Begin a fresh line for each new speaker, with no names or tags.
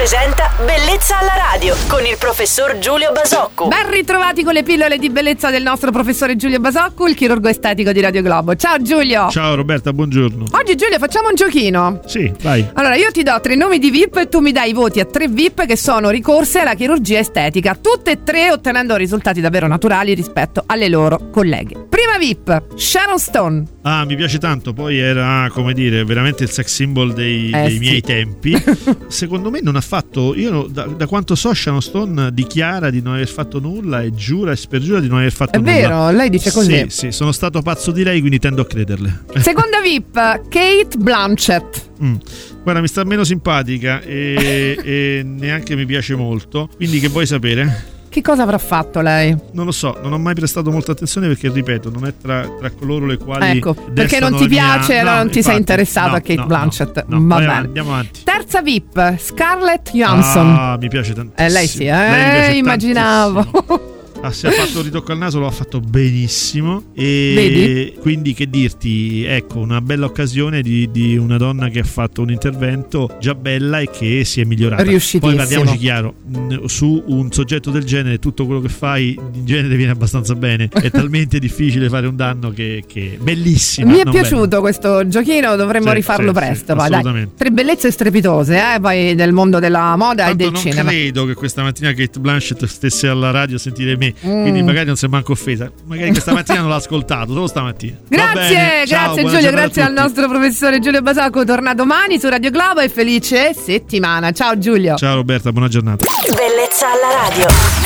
presenta Bellezza alla radio con il professor Giulio Basocco.
Ben ritrovati con le pillole di bellezza del nostro professore Giulio Basocco, il chirurgo estetico di Radio Globo. Ciao Giulio.
Ciao Roberta, buongiorno.
Oggi Giulio facciamo un giochino.
Sì, vai.
Allora io ti do 3 nomi di VIP e tu mi dai i voti a 3 VIP che sono ricorse alla chirurgia estetica, tutte e 3 ottenendo risultati davvero naturali rispetto alle loro colleghe. Prima VIP, Sharon Stone.
Ah, mi piace tanto, poi era, come dire, veramente il sex symbol dei miei tempi. Secondo me non ha fatto, io da quanto so Sharon Stone dichiara di non aver fatto nulla e giura e spergiura di non aver fatto nulla.
È vero, lei dice così.
Sì, sono stato pazzo di lei, quindi tendo a crederle.
Seconda VIP, Kate Blanchett.
Guarda, mi sta meno simpatica e neanche mi piace molto, quindi che vuoi sapere?
Che cosa avrà fatto lei?
Non lo so, non ho mai prestato molta attenzione perché, ripeto, non è tra coloro le quali
perché non ti piace, non ti sei interessato a Kate Blanchett.
No,
va bene.
Andiamo avanti.
Terza VIP, Scarlett Johansson.
Ah, mi piace tantissimo.
Lei sì,
Lei
immaginavo.
tantissimo. Se ha fatto il ritocco al naso lo ha fatto benissimo e
vedi?
Quindi che dirti, ecco, una bella occasione di una donna che ha fatto un intervento già bella e che si è migliorata.
Riuscitissimo.
Poi parliamoci chiaro, su un soggetto del genere tutto quello che fai in genere viene abbastanza bene. È talmente difficile fare un danno che bellissimo.
Mi è piaciuto questo giochino, dovremmo rifarlo presto.
Sì,
dai. 3 bellezze strepitose poi del mondo della moda
tanto
e del cinema.
Non credo che questa mattina Kate Blanchett stesse alla radio a sentire me, quindi magari non si è manco offesa, magari questa mattina non l'ha ascoltato, solo stamattina.
Grazie Giulio, grazie al nostro professore Giulio Basocco. Torna domani su Radio Globo e felice settimana. Ciao Giulio.
Ciao Roberta, buona giornata.
Bellezza alla radio.